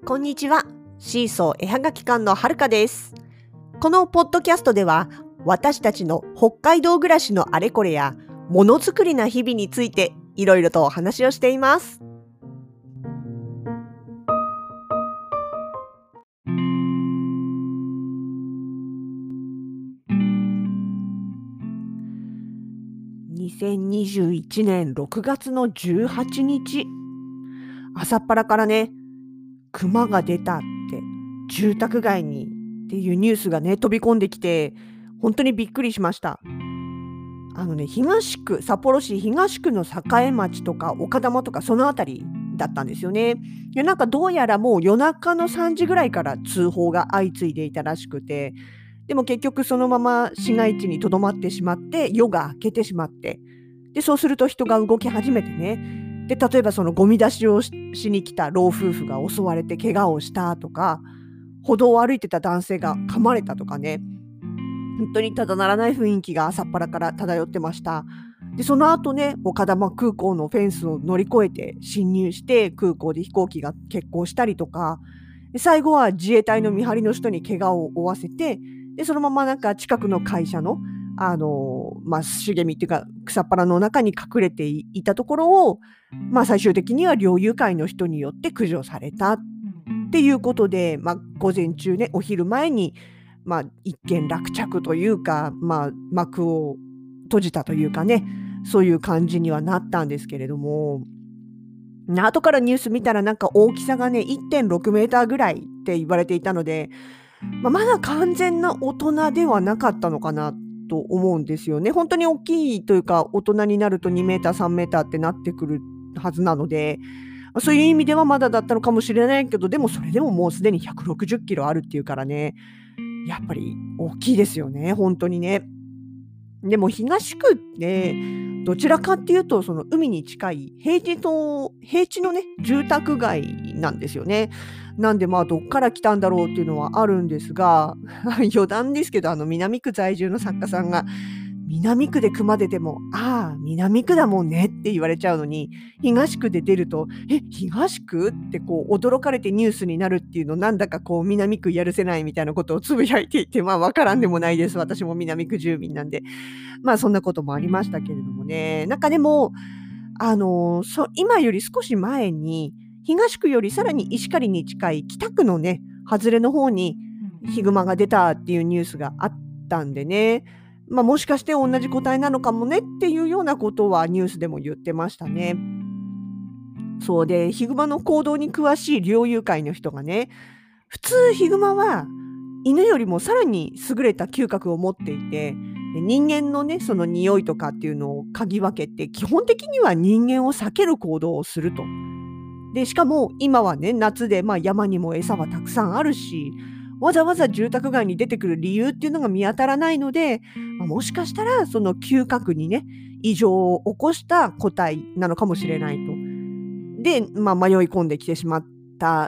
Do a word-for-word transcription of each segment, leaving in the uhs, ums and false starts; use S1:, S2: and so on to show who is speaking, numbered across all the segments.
S1: こんにちは。シーソー絵はがき館のはるかです。このポッドキャストでは、私たちの北海道暮らしのあれこれや、ものづくりな日々についていろいろとお話をしています。にせんにじゅういちねんろくがつのじゅうはちにち、朝っぱらからね、熊が出たって住宅街にっていうニュースがね飛び込んできて、本当にびっくりしました。あのね、東区、札幌市東区の栄町とか丘珠とかそのあたりだったんですよね。で、なんかどうやらもう夜中のさんじぐらいから通報が相次いでいたらしくて、でも結局そのまま市街地にとどまってしまって、夜が明けてしまって、でそうすると人が動き始めてね、で例えばそのゴミ出しをししに来た老夫婦が襲われて怪我をしたとか、歩道を歩いてた男性が噛まれたとかね、本当にただならない雰囲気が朝っぱらから漂ってました。でその後ね、丘珠空港のフェンスを乗り越えて侵入して空港で飛行機が欠航したりとか、で最後は自衛隊の見張りの人に怪我を負わせて、でそのままなんか近くの会社のあのまあ、茂みっていうか草っぱらの中に隠れていたところを、まあ、最終的には猟友会の人によって駆除されたっていうことで、まあ、午前中ね、お昼前に、まあ、一件落着というか、まあ、幕を閉じたというかね、そういう感じにはなったんですけれども、後からニュース見たらなんか大きさがね いってんろくメーターぐらいって言われていたので、まあ、まだ完全な大人ではなかったのかなと思うんですよね。本当に大きいというか、大人になるとにメーターさんメーターってなってくるはずなので、そういう意味ではまだだったのかもしれないけど、でもそれでももうすでにひゃくろくじゅっキロあるっていうからね、やっぱり大きいですよね、本当にね。でも東区ってどちらかっていうとその海に近い平地の平地のね住宅街なんですよね。なんでまあどっから来たんだろうっていうのはあるんですが、余談ですけど、あの南区在住の作家さんが南区で熊出ても、ああ、南区だもんねって言われちゃうのに、東区で出ると、え、東区ってこう驚かれてニュースになるっていうの、なんだかこう南区やるせないみたいなことをつぶやいていて、まあわからんでもないです。私も南区住民なんで。まあそんなこともありましたけれどもね。なんかでも、あの、そ今より少し前に、東区よりさらに石狩に近い北区のね、外れの方にヒグマが出たっていうニュースがあったんでね、まあ、もしかして同じ個体なのかもねっていうようなことはニュースでも言ってましたね。そうで、ヒグマの行動に詳しい猟友会の人がね、普通ヒグマは犬よりもさらに優れた嗅覚を持っていて、で人間のね、その匂いとかっていうのを嗅ぎ分けて、基本的には人間を避ける行動をすると。で、しかも今はね、夏で、まあ、山にも餌はたくさんあるし、わざわざ住宅街に出てくる理由っていうのが見当たらないので、まあ、もしかしたらその嗅覚にね、異常を起こした個体なのかもしれないと。で、まあ、迷い込んできてしまった、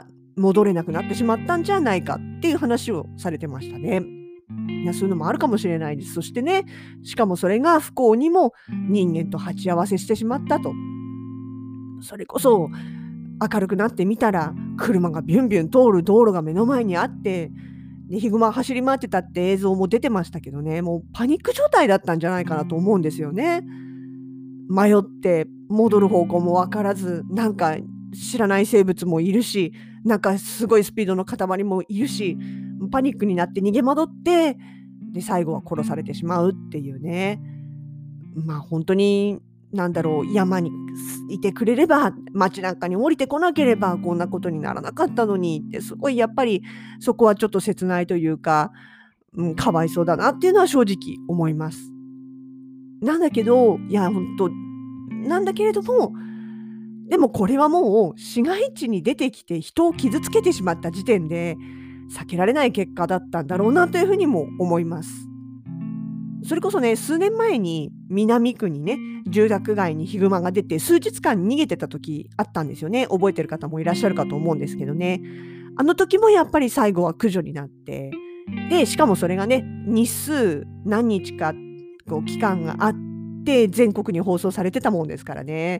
S1: 戻れなくなってしまったんじゃないかっていう話をされてましたね。いや、そういうのもあるかもしれないです。そしてね、しかもそれが不幸にも人間と鉢合わせしてしまったと。それこそ明るくなってみたら車がビュンビュン通る道路が目の前にあって、でヒグマ走り回ってたって映像も出てましたけどね、もうパニック状態だったんじゃないかなと思うんですよね。迷って戻る方向も分からず、なんか知らない生物もいるし、なんかすごいスピードの塊もいるし、パニックになって逃げ惑って、で最後は殺されてしまうっていうね。まあ本当になんだろう、山にいてくれれば、街なんかに降りてこなければこんなことにならなかったのにって、すごいやっぱりそこはちょっと切ないというか、うん、かわいそうだなっていうのは正直思います。なんだけど、いや本当なんだけれども、でもこれはもう市街地に出てきて人を傷つけてしまった時点で、避けられない結果だったんだろうなというふうにも思います。それこそね、数年前に南区にね、住宅街にヒグマが出て数日間逃げてた時あったんですよね。覚えてる方もいらっしゃるかと思うんですけどね。あの時もやっぱり最後は駆除になって、で、しかもそれがね、日数何日かこう期間があって全国に放送されてたもんですからね。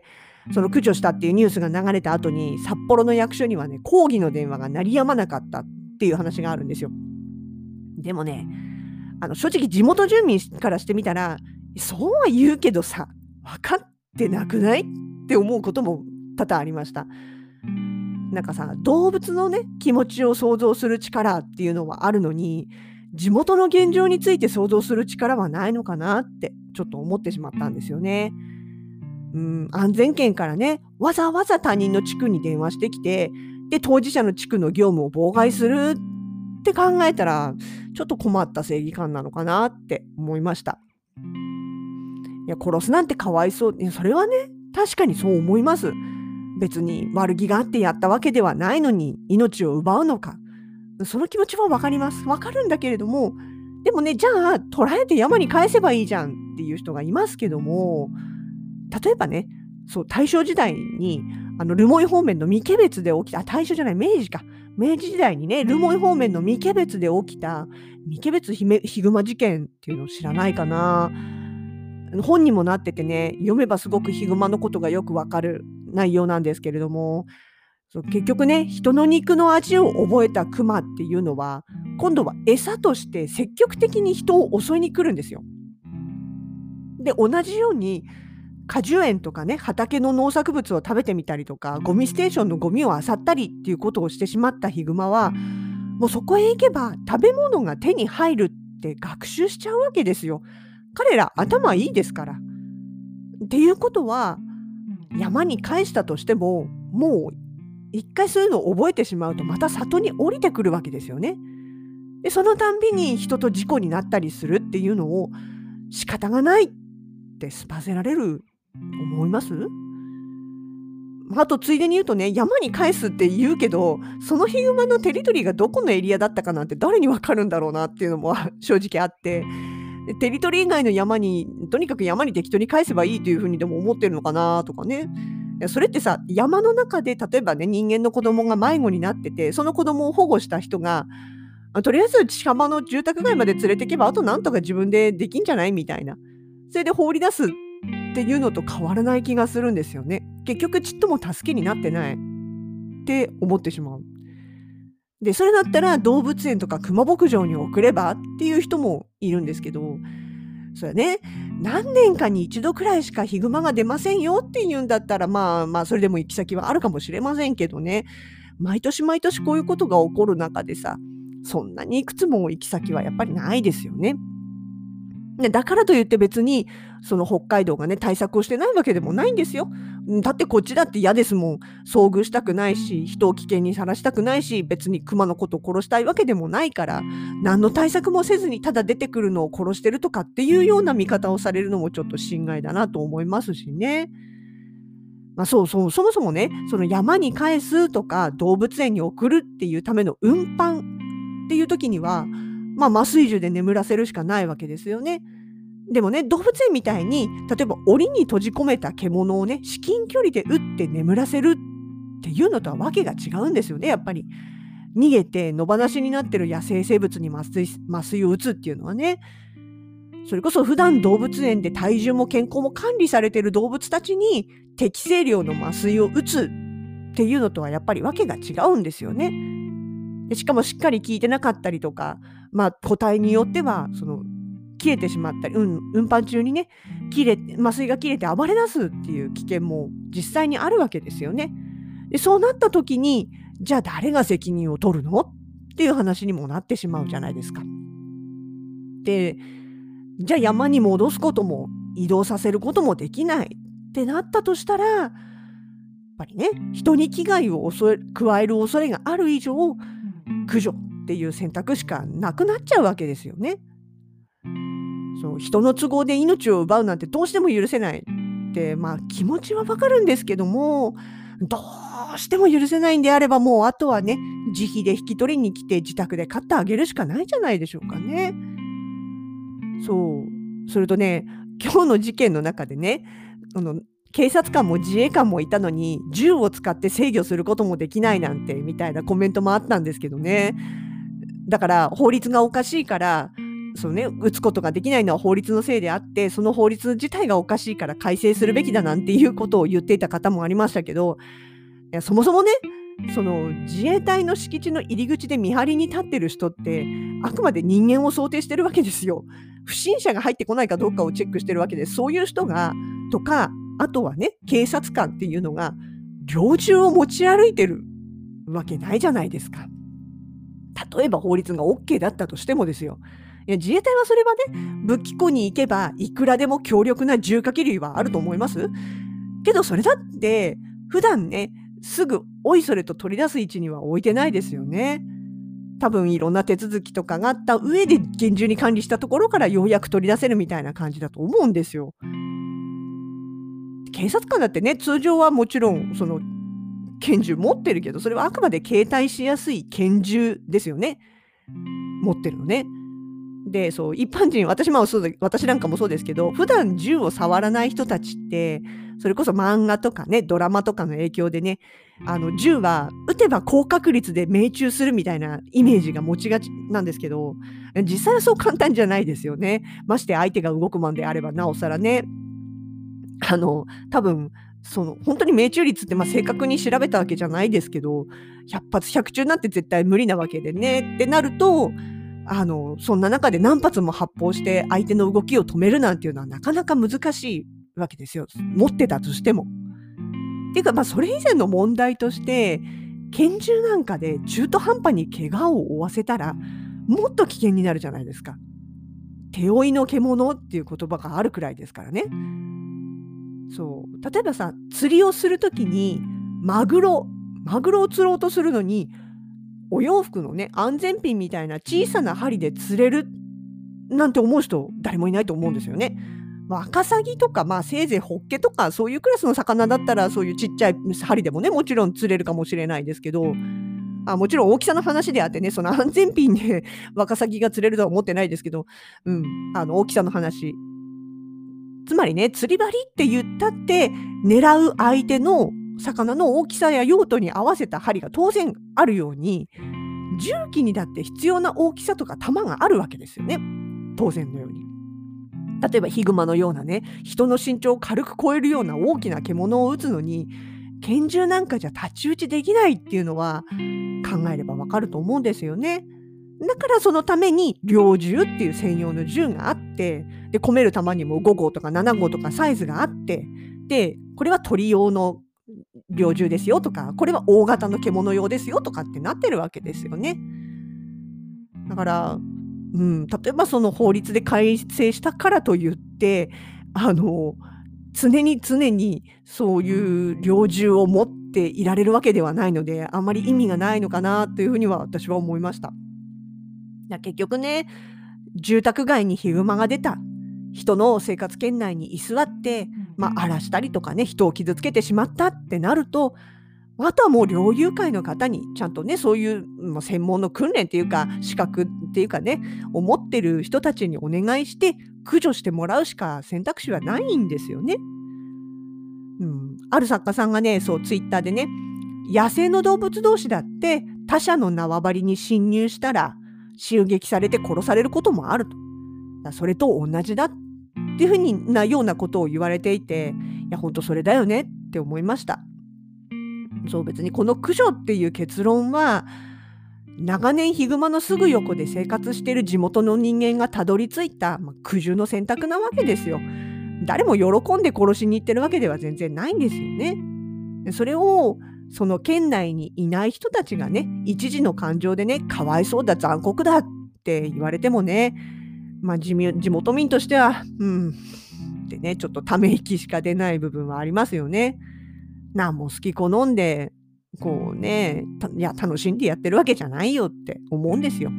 S1: その駆除したっていうニュースが流れた後に札幌の役所にはね抗議の電話が鳴りやまなかったっていう話があるんですよ。でもねあの正直地元住民からしてみたらそうは言うけどさ分かってなくないって思うことも多々ありました。なんかさ動物のね気持ちを想像する力っていうのはあるのに地元の現状について想像する力はないのかなってちょっと思ってしまったんですよね。うん、安全圏からねわざわざ他人の地区に電話してきてで当事者の地区の業務を妨害するって考えたらちょっと困った正義感なのかなって思いました。いや殺すなんてかわいそう。いやそれはね確かにそう思います。別に悪気があってやったわけではないのに命を奪うのか、その気持ちは分かります。分かるんだけれども、でもねじゃあ捕らえて山に返せばいいじゃんっていう人がいますけども、例えばねそう大正時代にあの留萌方面の三毛別で起きたあ大正じゃない明治か明治時代にね留萌方面の三毛別で起きた三毛別ひめヒグマ事件っていうのを知らないかな。本にもなっててね読めばすごくヒグマのことがよくわかる内容なんですけれども、そう結局ね人の肉の味を覚えたクマっていうのは今度は餌として積極的に人を襲いに来るんですよ。で同じように果樹園とかね畑の農作物を食べてみたりとかゴミステーションのゴミを漁ったりっていうことをしてしまったヒグマはもうそこへ行けば食べ物が手に入るって学習しちゃうわけですよ。彼ら頭いいですから。っていうことは山に返したとしてももう一回そういうのを覚えてしまうとまた里に降りてくるわけですよね。でそのたんびに人と事故になったりするっていうのを仕方がないってすぱせられる思います？あとついでに言うとね山に返すって言うけどそのヒグマのテリトリーがどこのエリアだったかなんて誰にわかるんだろうなっていうのも正直あってでテリトリー以外の山にとにかく山に適当に返せばいいというふうにでも思ってるのかなとかね。いやそれってさ山の中で例えばね人間の子供が迷子になっててその子供を保護した人があとりあえず近場の住宅街まで連れてけばあとなんとか自分でできんじゃないみたいなそれで放り出すっていうのと変わらない気がするんですよね。結局ちっとも助けになってないって思ってしまう。でそれだったら動物園とか熊牧場に送ればっていう人もいるんですけど、それね何年かに一度くらいしかヒグマが出ませんよっていうんだったらまあまあそれでも行き先はあるかもしれませんけどね、毎年毎年こういうことが起こる中でさそんなにいくつも行き先はやっぱりないですよね。でだからといって別にその北海道がね対策をしてないわけでもないんですよ。だってこっちだって嫌ですもん。遭遇したくないし人を危険にさらしたくないし別に熊のことを殺したいわけでもないから何の対策もせずにただ出てくるのを殺してるとかっていうような見方をされるのもちょっと心外だなと思いますしね。まあ、そうそうそもそもねその山に返すとか動物園に送るっていうための運搬っていう時にはまあ、麻酔銃で眠らせるしかないわけですよね。でもね動物園みたいに例えば檻に閉じ込めた獣をね至近距離で撃って眠らせるっていうのとはわけが違うんですよね。やっぱり逃げて野放しになってる野生生物に麻酔、麻酔を打つっていうのはねそれこそ普段動物園で体重も健康も管理されている動物たちに適正量の麻酔を打つっていうのとはやっぱりわけが違うんですよね。でしかもしっかり効いてなかったりとか、まあ、個体によってはその切れてしまったり、うん、運搬中にね切れ麻酔が切れて暴れ出すっていう危険も実際にあるわけですよね。でそうなった時にじゃあ誰が責任を取るのっていう話にもなってしまうじゃないですか。でじゃあ山に戻すことも移動させることもできないってなったとしたらやっぱりね人に危害を加える恐れがある以上駆除っていう選択しかなくなっちゃうわけですよね。そう人の都合で命を奪うなんてどうしても許せないって、まあ、気持ちはわかるんですけどもどうしても許せないんであればもうあとはね自費で引き取りに来て自宅で飼ってあげるしかないじゃないでしょうかね。そうそれとね今日の事件の中でねあの警察官も自衛官もいたのに銃を使って制御することもできないなんてみたいなコメントもあったんですけどね。だから法律がおかしいからそうね、撃つことができないのは法律のせいであって、その法律自体がおかしいから改正するべきだなんていうことを言っていた方もありましたけど、いやそもそもね、その自衛隊の敷地の入り口で見張りに立ってる人って、あくまで人間を想定してるわけですよ。不審者が入ってこないかどうかをチェックしてるわけです。そういう人が、とか、あとはね、警察官っていうのが、猟銃を持ち歩いてるわけないじゃないですか。例えば法律が オーケー だったとしてもですよ。いや自衛隊はそれはね、武器庫に行けばいくらでも強力な銃火器類はあると思います。けどそれだって普段ね、すぐおいそれと取り出す位置には置いてないですよね。多分いろんな手続きとかがあった上で厳重に管理したところからようやく取り出せるみたいな感じだと思うんですよ。警察官だってね、通常はもちろんその拳銃持ってるけど、それはあくまで携帯しやすい拳銃ですよね。持ってるのね。で、そう一般人、私もそうだ、私なんかもそうですけど、普段銃を触らない人たちって、それこそ漫画とかね、ドラマとかの影響でね、あの銃は撃てば高確率で命中するみたいなイメージが持ちがちなんですけど、実際はそう簡単じゃないですよね。まして相手が動くもんであればなおさらね。あの多分その本当に命中率ってまあ正確に調べたわけじゃないですけど、ひゃく発ひゃく中なんて絶対無理なわけでねってなると、あのそんな中で何発も発砲して相手の動きを止めるなんていうのはなかなか難しいわけですよ。持ってたとしても。っていうかまあそれ以前の問題として、拳銃なんかで中途半端に怪我を負わせたらもっと危険になるじゃないですか。手負いの獣っていう言葉があるくらいですからね。そう例えばさ、釣りをするときにマグロマグロを釣ろうとするのに、お洋服のね安全ピンみたいな小さな針で釣れるなんて思う人誰もいないと思うんですよね。ワカサギとか、まあせいぜいホッケとかそういうクラスの魚だったらそういうちっちゃい針でもねもちろん釣れるかもしれないですけど、あもちろん大きさの話であってね、その安全ピンでワカサギが釣れるとは思ってないですけど、うん、あの大きさの話。つまりね、釣り針って言ったって狙う相手の魚の大きさや用途に合わせた針が当然あるように、銃器にだって必要な大きさとか弾があるわけですよね。当然のように。例えばヒグマのようなね、人の身長を軽く超えるような大きな獣を撃つのに、拳銃なんかじゃ太刀打ちできないっていうのは考えればわかると思うんですよね。だからそのために猟銃っていう専用の銃があって、で込める弾にもご号とかなな号とかサイズがあって、でこれは鳥用の猟銃ですよとか、これは大型の獣用ですよとかってなってるわけですよね。だから、うん、例えばその法律で改正したからといってあの常に常にそういう猟銃を持っていられるわけではないので、あんまり意味がないのかなというふうには私は思いました。だ結局ね、住宅街にヒグマが出た、人の生活圏内に居座って、まあ、荒らしたりとかね、人を傷つけてしまったってなると、あとはもう猟友会の方にちゃんとね、そういうもう専門の訓練っていうか資格っていうかね、を持ってる人たちにお願いして駆除してもらうしか選択肢はないんですよね。うん、ある作家さんがね、そうツイッターでね、野生の動物同士だって他者の縄張りに侵入したら襲撃されて殺されることもあると。だそれと同じだっていうふうなようなことを言われていて、いや本当それだよねって思いました。そう別にこの駆除っていう結論は長年ヒグマのすぐ横で生活している地元の人間がたどり着いた、まあ、苦渋の選択なわけですよ。誰も喜んで殺しに行ってるわけでは全然ないんですよね。それをその県内にいない人たちがね、一時の感情でね、かわいそうだ残酷だって言われてもね、まあ、地元民としてはうんってね、ちょっとため息しか出ない部分はありますよね。なんも好き好んでこうね、いや楽しんでやってるわけじゃないよって思うんですよ。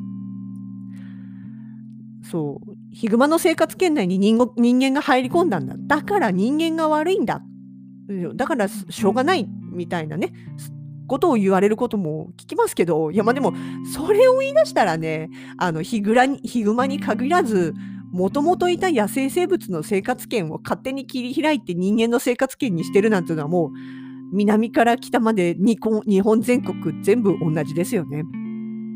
S1: そうヒグマの生活圏内に人人間が入り込んだんだ、だから人間が悪いんだ、だからしょうがないみたいなねことを言われることも聞きますけど、いやまあでもそれを言い出したらね、あのヒグラにヒグマに限らずもともといた野生生物の生活圏を勝手に切り開いて人間の生活圏にしてるなんていうのはもう南から北まで日本全国全部同じですよね。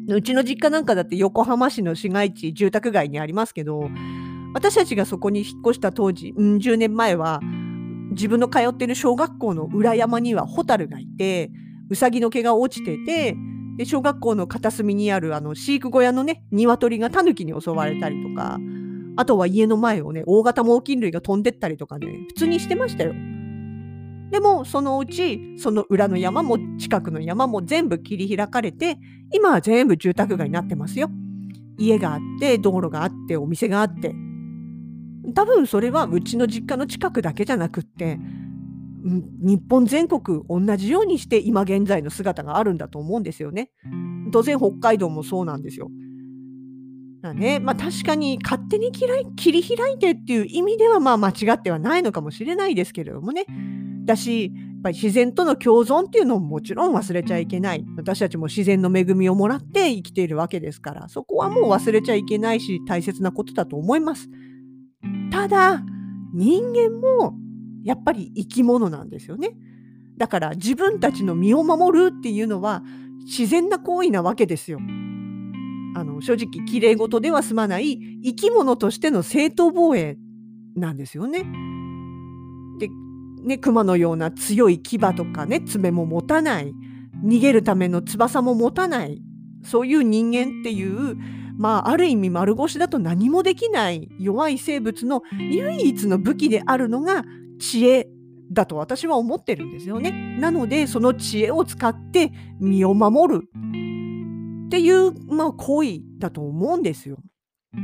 S1: うちの実家なんかだって横浜市の市街地住宅街にありますけど、私たちがそこに引っ越した当時、うん、じゅうねんまえは自分の通っている小学校の裏山にはホタルがいて、ウサギの毛が落ちてて、で小学校の片隅にあるあの飼育小屋のね鶏がタヌキに襲われたりとか、あとは家の前をね大型猛禽類が飛んでったりとかね、普通にしてましたよ。でもそのうちその裏の山も近くの山も全部切り開かれて、今は全部住宅街になってますよ。家があって道路があってお店があって、多分それはうちの実家の近くだけじゃなくって、うん、日本全国同じようにして今現在の姿があるんだと思うんですよね。当然北海道もそうなんですよ。だね、まあ、確かに勝手に切らい切り開いてっていう意味ではまあ間違ってはないのかもしれないですけれどもね。だし、やっぱり自然との共存っていうのももちろん忘れちゃいけない。私たちも自然の恵みをもらって生きているわけですから、そこはもう忘れちゃいけないし大切なことだと思います。ただ人間もやっぱり生き物なんですよね。だから自分たちの身を守るっていうのは自然な行為なわけですよ。あの正直きれい事では済まない生き物としての正当防衛なんですよね。でね、熊のような強い牙とかね爪も持たない、逃げるための翼も持たない、そういう人間っていう、まあある意味丸腰だと何もできない弱い生物の唯一の武器であるのが知恵だと私は思ってるんですよね。なのでその知恵を使って身を守るっていう、まあ、行為だと思うんですよ。うん、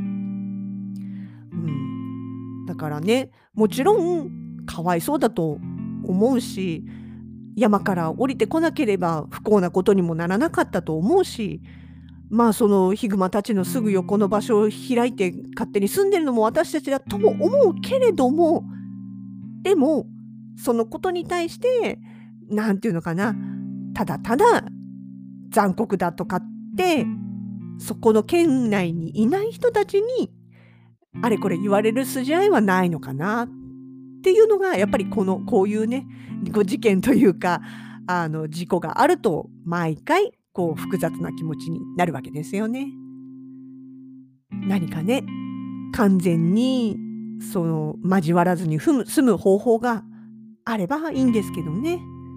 S1: だからね、もちろんかわいそうだと思うし、山から降りてこなければ不幸なことにもならなかったと思うし、まあそのヒグマたちのすぐ横の場所を開いて勝手に住んでるのも私たちだとも思うけれども、でもそのことに対してなんていうのかな、ただただ残酷だとかってそこの県内にいない人たちにあれこれ言われる筋合いはないのかなっていうのが、やっぱりこのこういうねご事件というかあの事故があると毎回こう複雑な気持ちになるわけですよね。何かね完全にその交わらずに住む住む方法があればいいんですけどね。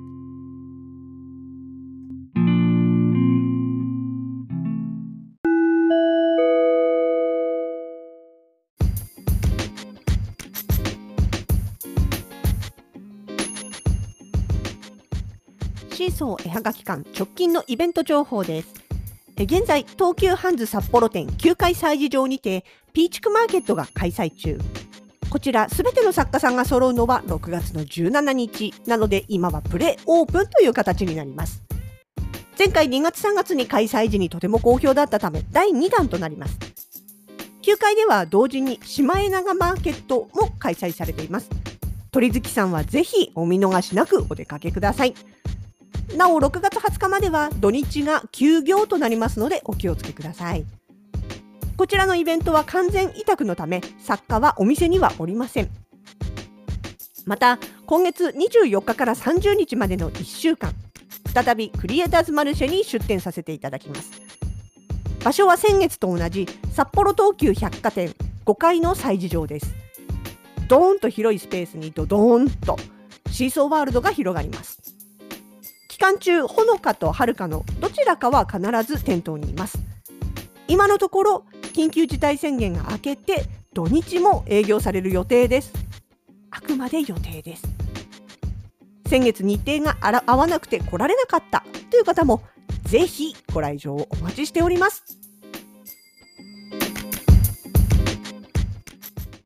S1: シーソー絵はがき館直近のイベント情報です。え現在東急ハンズ札幌店きゅうかい催事場にてピーチクマーケットが開催中。こちらすべての作家さんが揃うのはろくがつのじゅうしちにちなので、今はプレオープンという形になります。前回にがつさんがつに開催時にとても好評だったためだいにだんとなります。きゅうかいでは同時にシマエナガマーケットも開催されています。鳥好きさんはぜひお見逃しなくお出かけください。なおろくがつはつかまでは土日が休業となりますのでお気をつけください。こちらのイベントは完全委託のため作家はお店にはおりません。また今月にじゅうよっかからさんじゅうにちまでのいっしゅうかん、再びクリエイターズマルシェに出店させていただきます。場所は先月と同じ札幌東急百貨店ごかいの催事場です。ドーンと広いスペースにドドーンとシーソーワールドが広がります。期間中ほのかとはるかのどちらかは必ず店頭にいます。今のところ緊急事態宣言が明けて土日も営業される予定です。あくまで予定です。先月日程が合わなくて来られなかったという方もぜひご来場をお待ちしております。